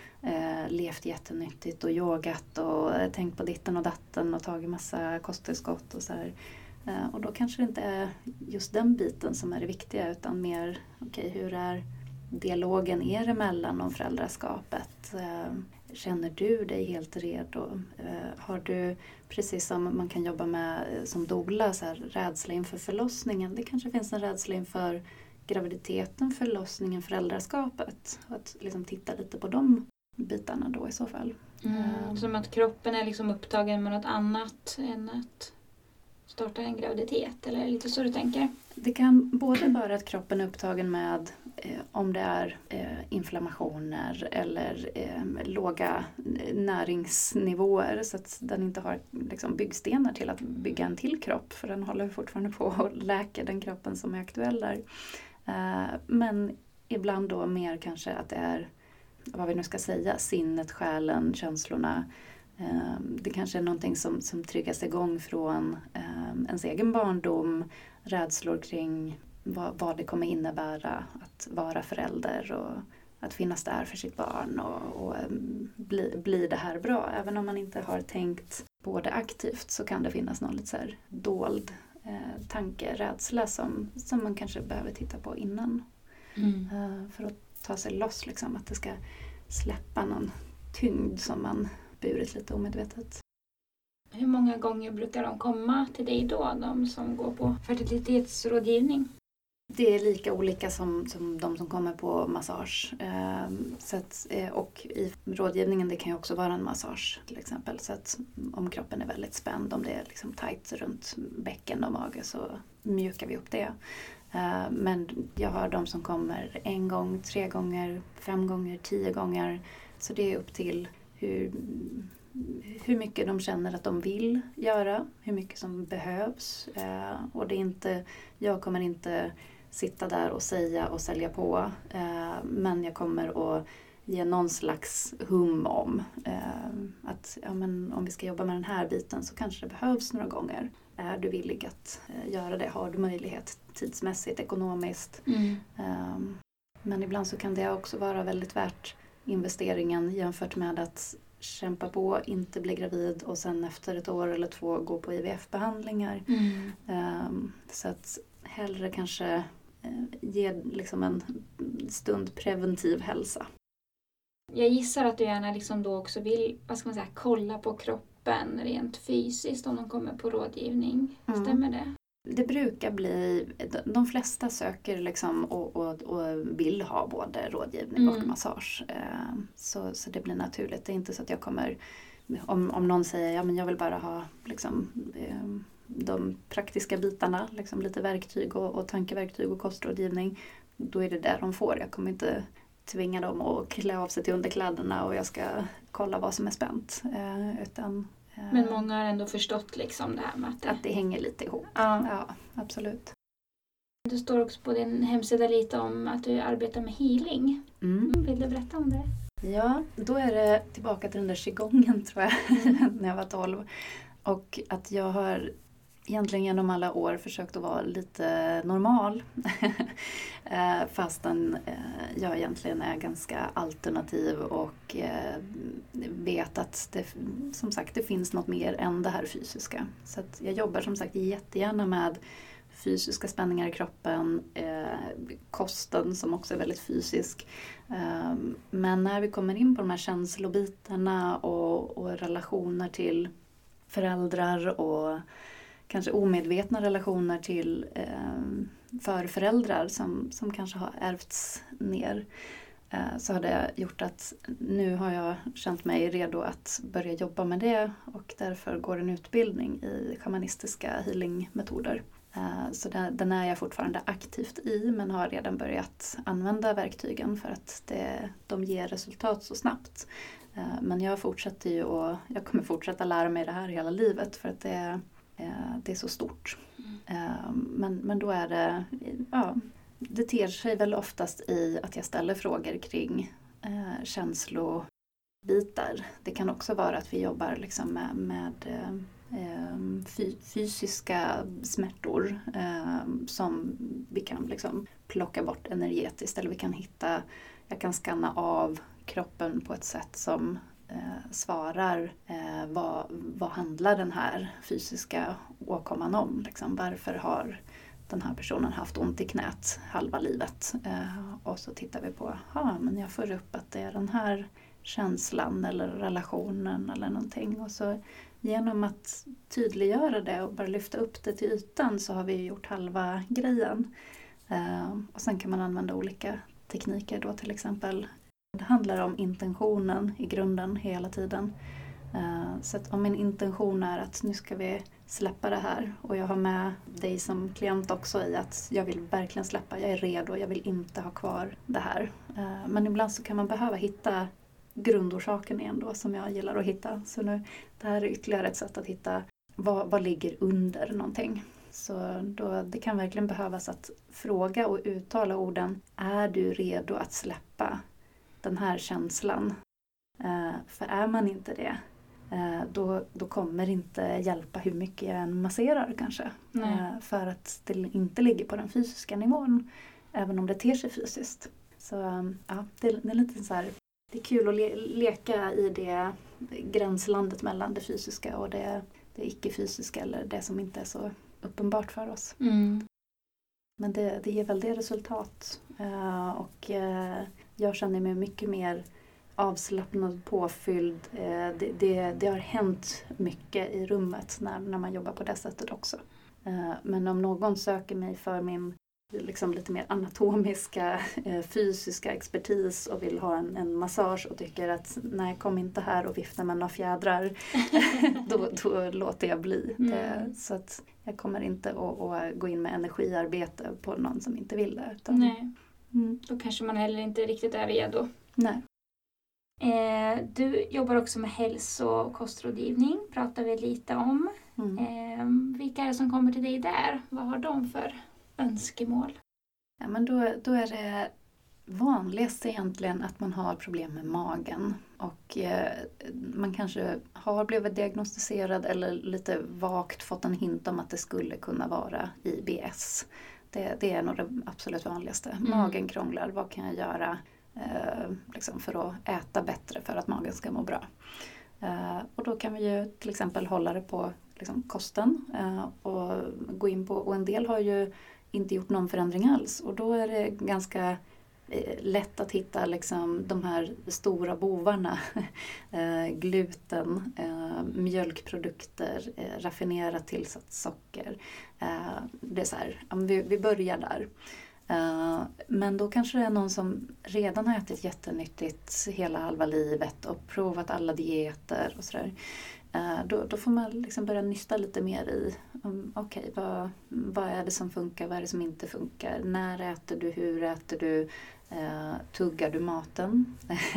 S2: uh, levt jättenyttigt och yogat och tänkt på ditten och datten och tagit massa kosttillskott och så här. Uh, och då kanske det inte är just den biten som är det viktiga utan mer, okej, okay, hur är dialogen er emellan om föräldraskapet? Uh, Känner du dig helt redo? Har du, precis som man kan jobba med som doula, så här, rädsla inför förlossningen? Det kanske finns en rädsla inför graviditeten, förlossningen, föräldraskapet. Att liksom titta lite på de bitarna då i så fall.
S3: Mm, som att kroppen är liksom upptagen med något annat än att starta en graviditet? Eller lite så du tänker?
S2: Det kan både vara att kroppen är upptagen med eh, om det är eh, inflammationer eller eh, låga näringsnivåer så att den inte har liksom, byggstenar till att bygga en till kropp för den håller fortfarande på att läka den kroppen som är aktuell där. Eh, men ibland då mer kanske att det är, vad vi nu ska säga, sinnet, själen, känslorna. Det kanske är någonting som, som triggas igång från eh, ens egen barndom, rädslor kring vad, vad det kommer innebära att vara förälder och att finnas där för sitt barn och, och bli, bli det här bra. Även om man inte har tänkt på det aktivt så kan det finnas någon lite så här dold eh, tanke, rädsla som, som man kanske behöver titta på innan. Mm. Eh, för att ta sig loss, liksom, att det ska släppa någon tyngd som man burit lite omedvetet.
S3: Hur många gånger brukar de komma till dig då, de som går på fertilitetsrådgivning?
S2: Det är lika olika som, som de som kommer på massage. Eh, så att, eh, och i rådgivningen det kan ju också vara en massage till exempel. Så att om kroppen är väldigt spänd, om det är liksom tight runt bäcken och mage så mjukar vi upp det. Eh, men jag har de som kommer en gång, tre gånger, fem gånger, tio gånger. Så det är upp till hur, hur mycket de känner att de vill göra, hur mycket som behövs. Eh, och det är inte, jag kommer inte sitta där och säga och sälja på. Eh, men jag kommer att ge någon slags hum om eh, att ja, men om vi ska jobba med den här biten så kanske det behövs några gånger. Är du villig att eh, göra det? Har du möjlighet tidsmässigt, ekonomiskt?
S3: Mm.
S2: Eh, men ibland så kan det också vara väldigt värt investeringen jämfört med att kämpa på, inte bli gravid och sen efter ett år eller två gå på I V F-behandlingar.
S3: Mm.
S2: Eh, så att hellre kanske ge liksom en stund preventiv hälsa.
S3: Jag gissar att du gärna liksom då också vill, vad ska man säga, kolla på kroppen rent fysiskt om de kommer på rådgivning.
S2: Mm.
S3: Stämmer det?
S2: Det brukar bli, de flesta söker liksom och, och, och vill ha både rådgivning och
S3: Mm.
S2: massage. Så, så det blir naturligt. Det är inte så att jag kommer, om, om någon säger ja men jag vill bara ha liksom de praktiska bitarna, liksom lite verktyg och, och tankeverktyg och kostrådgivning, då är det där de får. Jag kommer inte tvinga dem att klä av sig till underkläderna och jag ska kolla vad som är spänt. Eh, utan, eh,
S3: Men många har ändå förstått liksom det här med att det...
S2: att det hänger lite ihop.
S3: Ja.
S2: Ja, absolut.
S3: Du står också på din hemsida lite om att du arbetar med healing.
S2: Mm.
S3: Vill du berätta om det?
S2: Ja, då är det tillbaka till den där qigongen tror jag, när jag var tolv. Och att jag har egentligen genom alla år försökt att vara lite normal. Fastän jag egentligen är ganska alternativ och vet att det, som sagt, det finns något mer än det här fysiska. Så att jag jobbar som sagt jättegärna med fysiska spänningar i kroppen, kosten som också är väldigt fysisk. Men när vi kommer in på de här känslobitarna och, och relationer till föräldrar och kanske omedvetna relationer till eh, förföräldrar som, som kanske har ärvts ner, eh, så har det gjort att nu har jag känt mig redo att börja jobba med det och därför går en utbildning i shamanistiska healingmetoder. Eh, så den, den är jag fortfarande aktivt i men har redan börjat använda verktygen för att det, de ger resultat så snabbt. Eh, men jag fortsätter ju och jag kommer fortsätta lära mig det här hela livet för att det är Det är så stort. Mm. Men, men då är det, ja, det ter sig väl oftast i att jag ställer frågor kring eh, känslobitar. Det kan också vara att vi jobbar liksom med, med eh, fy, fysiska smärtor eh, som vi kan liksom plocka bort energetiskt. Eller vi kan hitta, jag kan skanna av kroppen på ett sätt som Eh, svarar eh, vad, vad handlar den här fysiska åkomman om. Liksom, varför har den här personen haft ont i knät halva livet? Eh, och så tittar vi på, ja men jag får upp att det är den här känslan eller relationen eller någonting. Och så genom att tydliggöra det och bara lyfta upp det till ytan så har vi gjort halva grejen. Eh, och sen kan man använda olika tekniker då, till exempel. Det handlar om intentionen i grunden hela tiden. Så att om min intention är att nu ska vi släppa det här och jag har med dig som klient också i att jag vill verkligen släppa, jag är redo, jag vill inte ha kvar det här. Men ibland så kan man behöva hitta grundorsaken igen då som jag gillar att hitta. Så nu, det här är ytterligare ett sätt att hitta vad, vad ligger under någonting. Så då, det kan verkligen behövas att fråga och uttala orden, är du redo att släppa den här känslan? Eh, för är man inte det, eh, då, då kommer det inte hjälpa hur mycket jag än masserar kanske. Eh, för att det inte ligger på den fysiska nivån, även om det ter sig fysiskt. Så ja, det, det är lite så här, det är kul att le, leka i det gränslandet mellan det fysiska och det, det icke-fysiska eller det som inte är så uppenbart för oss.
S3: Mm.
S2: Men det, det ger väl det resultat. Uh, och uh, jag känner mig mycket mer avslappnad, påfylld. Uh, det, det, det har hänt mycket i rummet när, när man jobbar på det sättet också. Uh, men om någon söker mig för min liksom lite mer anatomiska, eh, fysiska expertis och vill ha en, en massage och tycker att nej, kom inte här och vifta med några fjädrar, då, då låter jag bli.
S3: Mm.
S2: Det, så att jag kommer inte att, att gå in med energiarbete på någon som inte vill det. Utan,
S3: Nej,
S2: mm.
S3: då kanske man heller inte riktigt är redo.
S2: Nej.
S3: Eh, du jobbar också med hälso- och kostrådgivning, pratar vi lite om.
S2: Mm.
S3: Eh, vilka är det som kommer till dig där? Vad har de för önskemål?
S2: Ja, men då, då är det vanligast egentligen att man har problem med magen. Och eh, man kanske har blivit diagnostiserad eller lite vagt fått en hint om att det skulle kunna vara I B S. Det, det är nog det absolut vanligaste.
S3: Mm.
S2: Magen krånglar, vad kan jag göra eh, liksom för att äta bättre för att magen ska må bra? Eh, och då kan vi ju till exempel hålla det på liksom, kosten eh, och gå in på, och en del har ju inte gjort någon förändring alls. Och då är det ganska eh, lätt att hitta liksom, de här stora bovarna. eh, gluten, eh, mjölkprodukter, eh, raffinerat tillsatt socker. Eh, det är så här, ja, vi, vi börjar där. Uh, men då kanske det är någon som redan har ätit jättenyttigt hela halva livet och provat alla dieter och sådär. Uh, då, då får man liksom börja nysta lite mer i, um, okej, okay, vad, vad är det som funkar, vad är det som inte funkar? När äter du, hur äter du? Uh, tuggar du maten?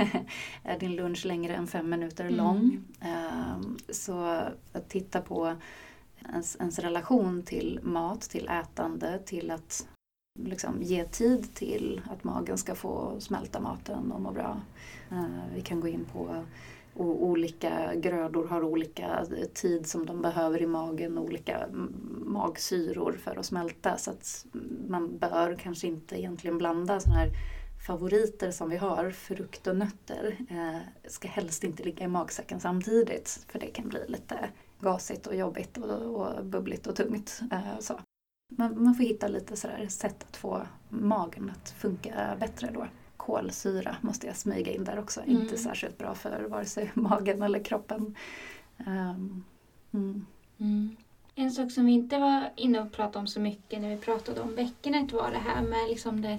S2: Är din lunch längre än fem minuter
S3: Mm.
S2: lång? Uh, så att titta på ens, ens relation till mat, till ätande, till att liksom ge tid till att magen ska få smälta maten och må bra. Uh, vi kan gå in på och olika grödor har olika tid som de behöver i magen, olika magsyror för att smälta. Så att man bör kanske inte egentligen blanda såna här favoriter som vi har, frukt och nötter. Uh, ska helst inte ligga i magsäcken samtidigt, för det kan bli lite gasigt och jobbigt och, och bubbligt och tungt. Uh, så. Man, man får hitta lite sådär sätt att få magen att funka bättre då. Kolsyra måste jag smyga in där också.
S3: Mm.
S2: Inte särskilt bra för vare sig magen eller kroppen. Um, mm.
S3: Mm. En sak som vi inte var inne och pratade om så mycket när vi pratade om bäckenet var det här med liksom det,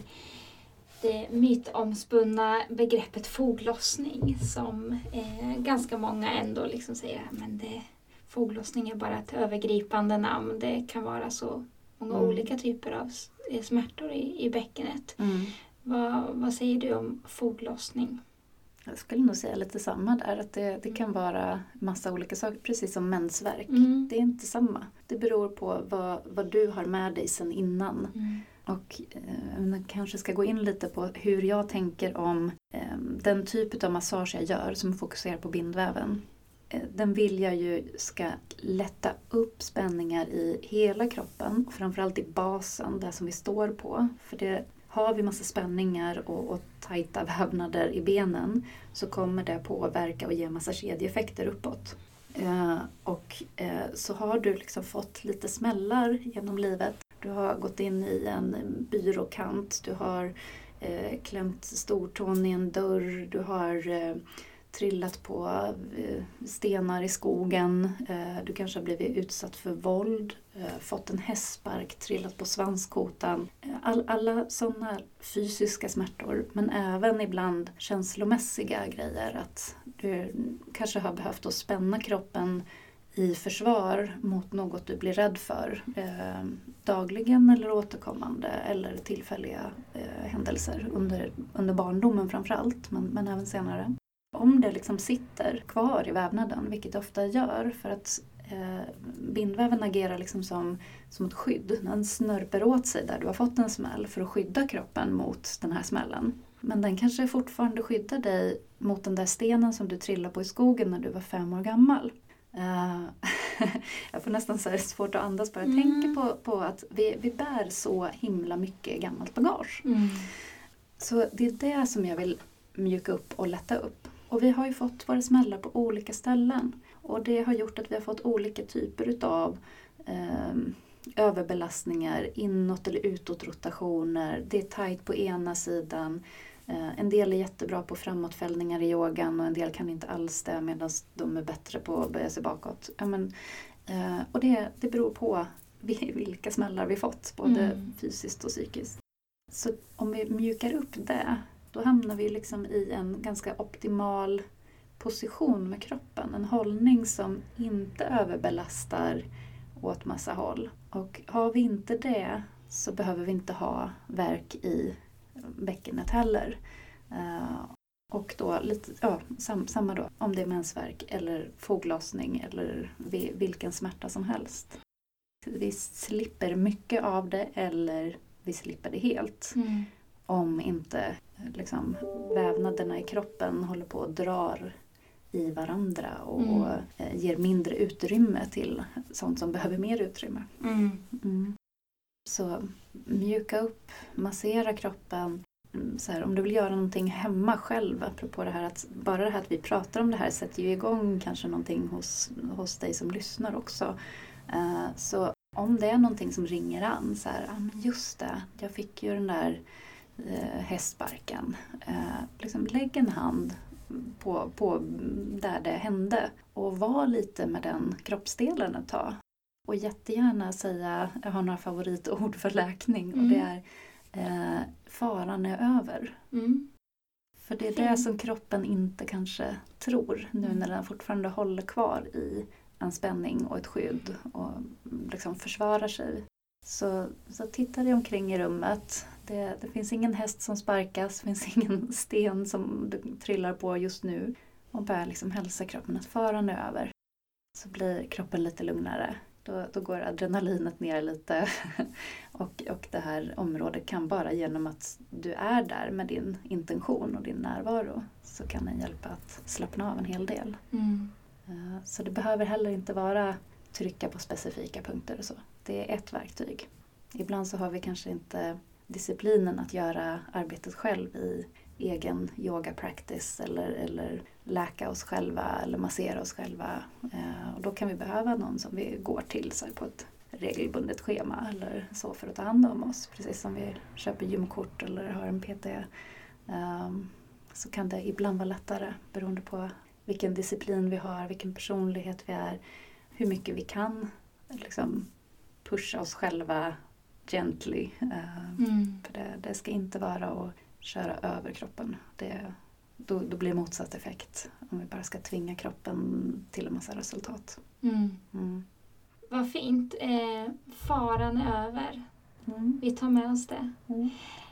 S3: det mytomspunna begreppet foglossning som eh, ganska många ändå liksom säger men det, foglossning är bara ett övergripande namn. Det kan vara så många mm. olika typer av smärtor i, i bäckenet.
S2: Mm.
S3: Vad, vad säger du om foglossning?
S2: Jag skulle nog säga lite samma där. Att det, det kan vara massa olika saker, precis som mensvärk.
S3: Mm.
S2: Det är inte samma. Det beror på vad, vad du har med dig sedan innan.
S3: Mm.
S2: Och eh, man kanske ska gå in lite på hur jag tänker om eh, den typ av massage jag gör som fokuserar på bindväven. Den vill jag ju ska lätta upp spänningar i hela kroppen. Framförallt i basen, där som vi står på. För det har vi massa spänningar och, och tajta vävnader i benen så kommer det påverka och ge massa kedjeeffekter uppåt. Eh, och eh, så har du liksom fått lite smällar genom livet. Du har gått in i en byråkant, du har eh, klämt stortån i en dörr, du har eh, trillat på stenar i skogen, du kanske har blivit utsatt för våld, fått en hästspark, trillat på svanskotan. All, alla sådana fysiska smärtor, men även ibland känslomässiga grejer. Att du kanske har behövt att spänna kroppen i försvar mot något du blir rädd för. Eh, dagligen eller återkommande eller tillfälliga eh, händelser under, under barndomen framförallt, men, men även senare. Om det liksom sitter kvar i vävnaden, vilket det ofta gör, för att eh, bindväven agerar liksom som, som ett skydd. Den snörper åt sig där du har fått en smäll för att skydda kroppen mot den här smällen. Men den kanske fortfarande skyddar dig mot den där stenen som du trillade på i skogen när du var fem år gammal. Uh, jag får nästan så här svårt att andas bara. Mm. Tänka på, på att vi, vi bär så himla mycket gammalt bagage. Mm. Så det är det som jag vill mjuka upp och lätta upp. Och vi har ju fått våra smällar på olika ställen. Och det har gjort att vi har fått olika typer utav eh, överbelastningar, inåt eller utåt rotationer. Det är tajt på ena sidan. Eh, en del är jättebra på framåtfällningar i yogan och en del kan inte alls det, medan de är bättre på att böja sig bakåt. Ja, men, eh, och det, det beror på vilka smällar vi fått, både
S3: Mm.
S2: fysiskt och psykiskt. Så om vi mjukar upp det, då hamnar vi liksom i en ganska optimal position med kroppen. En hållning som inte överbelastar åt massa håll. Och har vi inte det så behöver vi inte ha värk i bäckenet heller. Uh, och då lite, ja, sam, samma då, om det är mensvärk eller foglossning eller vi, vilken smärta som helst. Vi slipper mycket av det eller vi slipper det helt.
S3: Mm.
S2: Om inte liksom, vävnaderna i kroppen håller på och drar i varandra och,
S3: Mm.
S2: och eh, ger mindre utrymme till sånt som behöver mer utrymme.
S3: Mm.
S2: Mm. Så mjuka upp, massera kroppen. Så här, om du vill göra någonting hemma själv, apropå det här att bara det här att vi pratar om det här sätter ju igång kanske någonting hos, hos dig som lyssnar också. Uh, så om det är någonting som ringer an, så här, ah, men just det, jag fick ju den där uh, hästsparken. Uh, liksom lägg en hand på, på där det hände och var lite med den kroppsdelen ett tag. Och jättegärna säga, jag har några favoritord för läkning och
S3: Mm.
S2: det är eh, faran är över.
S3: Mm.
S2: För det är
S3: Fint.
S2: det som kroppen inte kanske tror nu när den fortfarande håller kvar i en spänning och ett skydd och liksom försvarar sig. Så, så titta dig omkring i rummet. Det, det finns ingen häst som sparkas, det finns ingen sten som du trillar på just nu. Och bara liksom hälsa kroppen att faran är över. Så blir kroppen lite lugnare. Då, då går adrenalinet ner lite och, och det här området kan bara genom att du är där med din intention och din närvaro så kan den hjälpa att slappna av en hel del.
S3: Mm.
S2: Uh, så det behöver heller inte vara trycka på specifika punkter och så. Det är ett verktyg. Ibland så har vi kanske inte disciplinen att göra arbetet själv i egen yoga practice eller, eller läka oss själva eller massera oss själva. Eh, och då kan vi behöva någon som vi går till så här, på ett regelbundet schema eller så för att ta hand om oss. Precis som vi köper gymkort eller har en P T. Eh, så kan det ibland vara lättare beroende på vilken disciplin vi har, vilken personlighet vi är, hur mycket vi kan liksom, pusha oss själva gently. Eh,
S3: Mm.
S2: för det, det ska inte vara att köra över kroppen. Det, då, då blir det motsatt effekt om vi bara ska tvinga kroppen till en massa resultat.
S3: Mm.
S2: Mm.
S3: Vad fint. Eh, faran är över.
S2: Mm.
S3: Vi tar med oss det.
S2: Mm.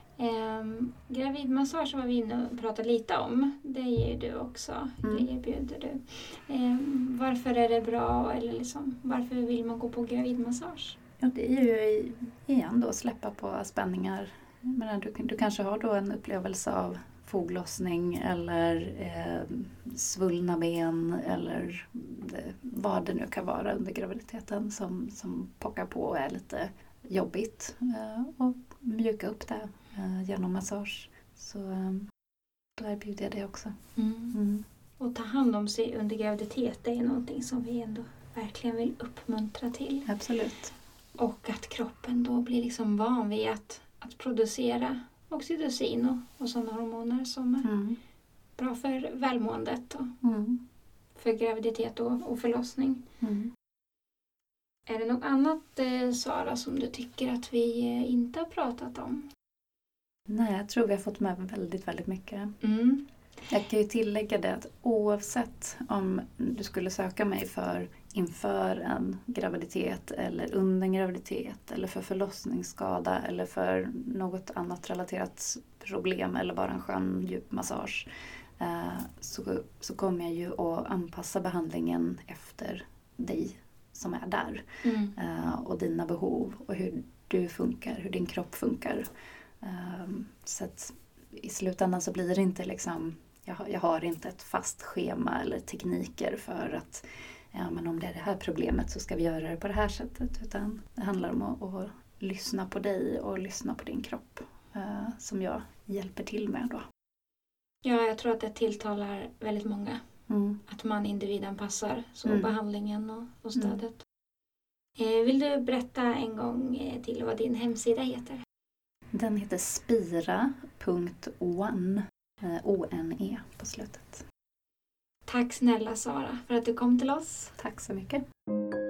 S3: Eh, gravidmassage var vi inne och pratade lite om. Det ger du också.
S2: Mm.
S3: Det erbjuder du. Eh, varför är det bra? Eller liksom, varför vill man gå på gravidmassage?
S2: Ja, det är ju igen då släppa på spänningar. Men du, du kanske har då en upplevelse av foglossning eller eh, svullna ben eller det, vad det nu kan vara under graviditeten som, som pockar på och är lite jobbigt. Eh, och mjuka upp det eh, genom massage. Så eh, då erbjuder jag det också.
S3: Mm.
S2: Mm.
S3: Och ta hand om sig under graviditet, det är någonting som vi ändå verkligen vill uppmuntra till.
S2: Absolut.
S3: Och att kroppen då blir liksom van vid att, att producera oxytocin och, och sådana hormoner som är
S2: Mm.
S3: bra för välmåendet och
S2: Mm.
S3: för graviditet och, och förlossning.
S2: Mm.
S3: Är det något annat, eh, Sara, som du tycker att vi eh, inte har pratat om?
S2: Nej, jag tror vi har fått med väldigt, väldigt mycket.
S3: Mm.
S2: Jag kan ju tillägga det att oavsett om du skulle söka mig för inför en graviditet eller under en graviditet eller för förlossningsskada eller för något annat relaterat problem eller bara en skön djup massage eh, så, så kommer jag ju att anpassa behandlingen efter dig som är där
S3: Mm.
S2: eh, och dina behov och hur du funkar, hur din kropp funkar. Eh, så att i slutändan så blir det inte liksom Jag har, jag har inte ett fast schema eller tekniker för att ja, men om det är det här problemet så ska vi göra det på det här sättet. Utan det handlar om att, att lyssna på dig och lyssna på din kropp eh, som jag hjälper till med då.
S3: Ja, jag tror att det tilltalar väldigt många.
S2: Mm.
S3: Att man individanpassar så
S2: Mm.
S3: behandlingen och, och stödet. Eh, vill du berätta en gång eh, till vad din hemsida heter?
S2: Den heter spira punkt one. O N E på slutet.
S3: Tack snälla Sara för att du kom till oss.
S2: Tack så mycket.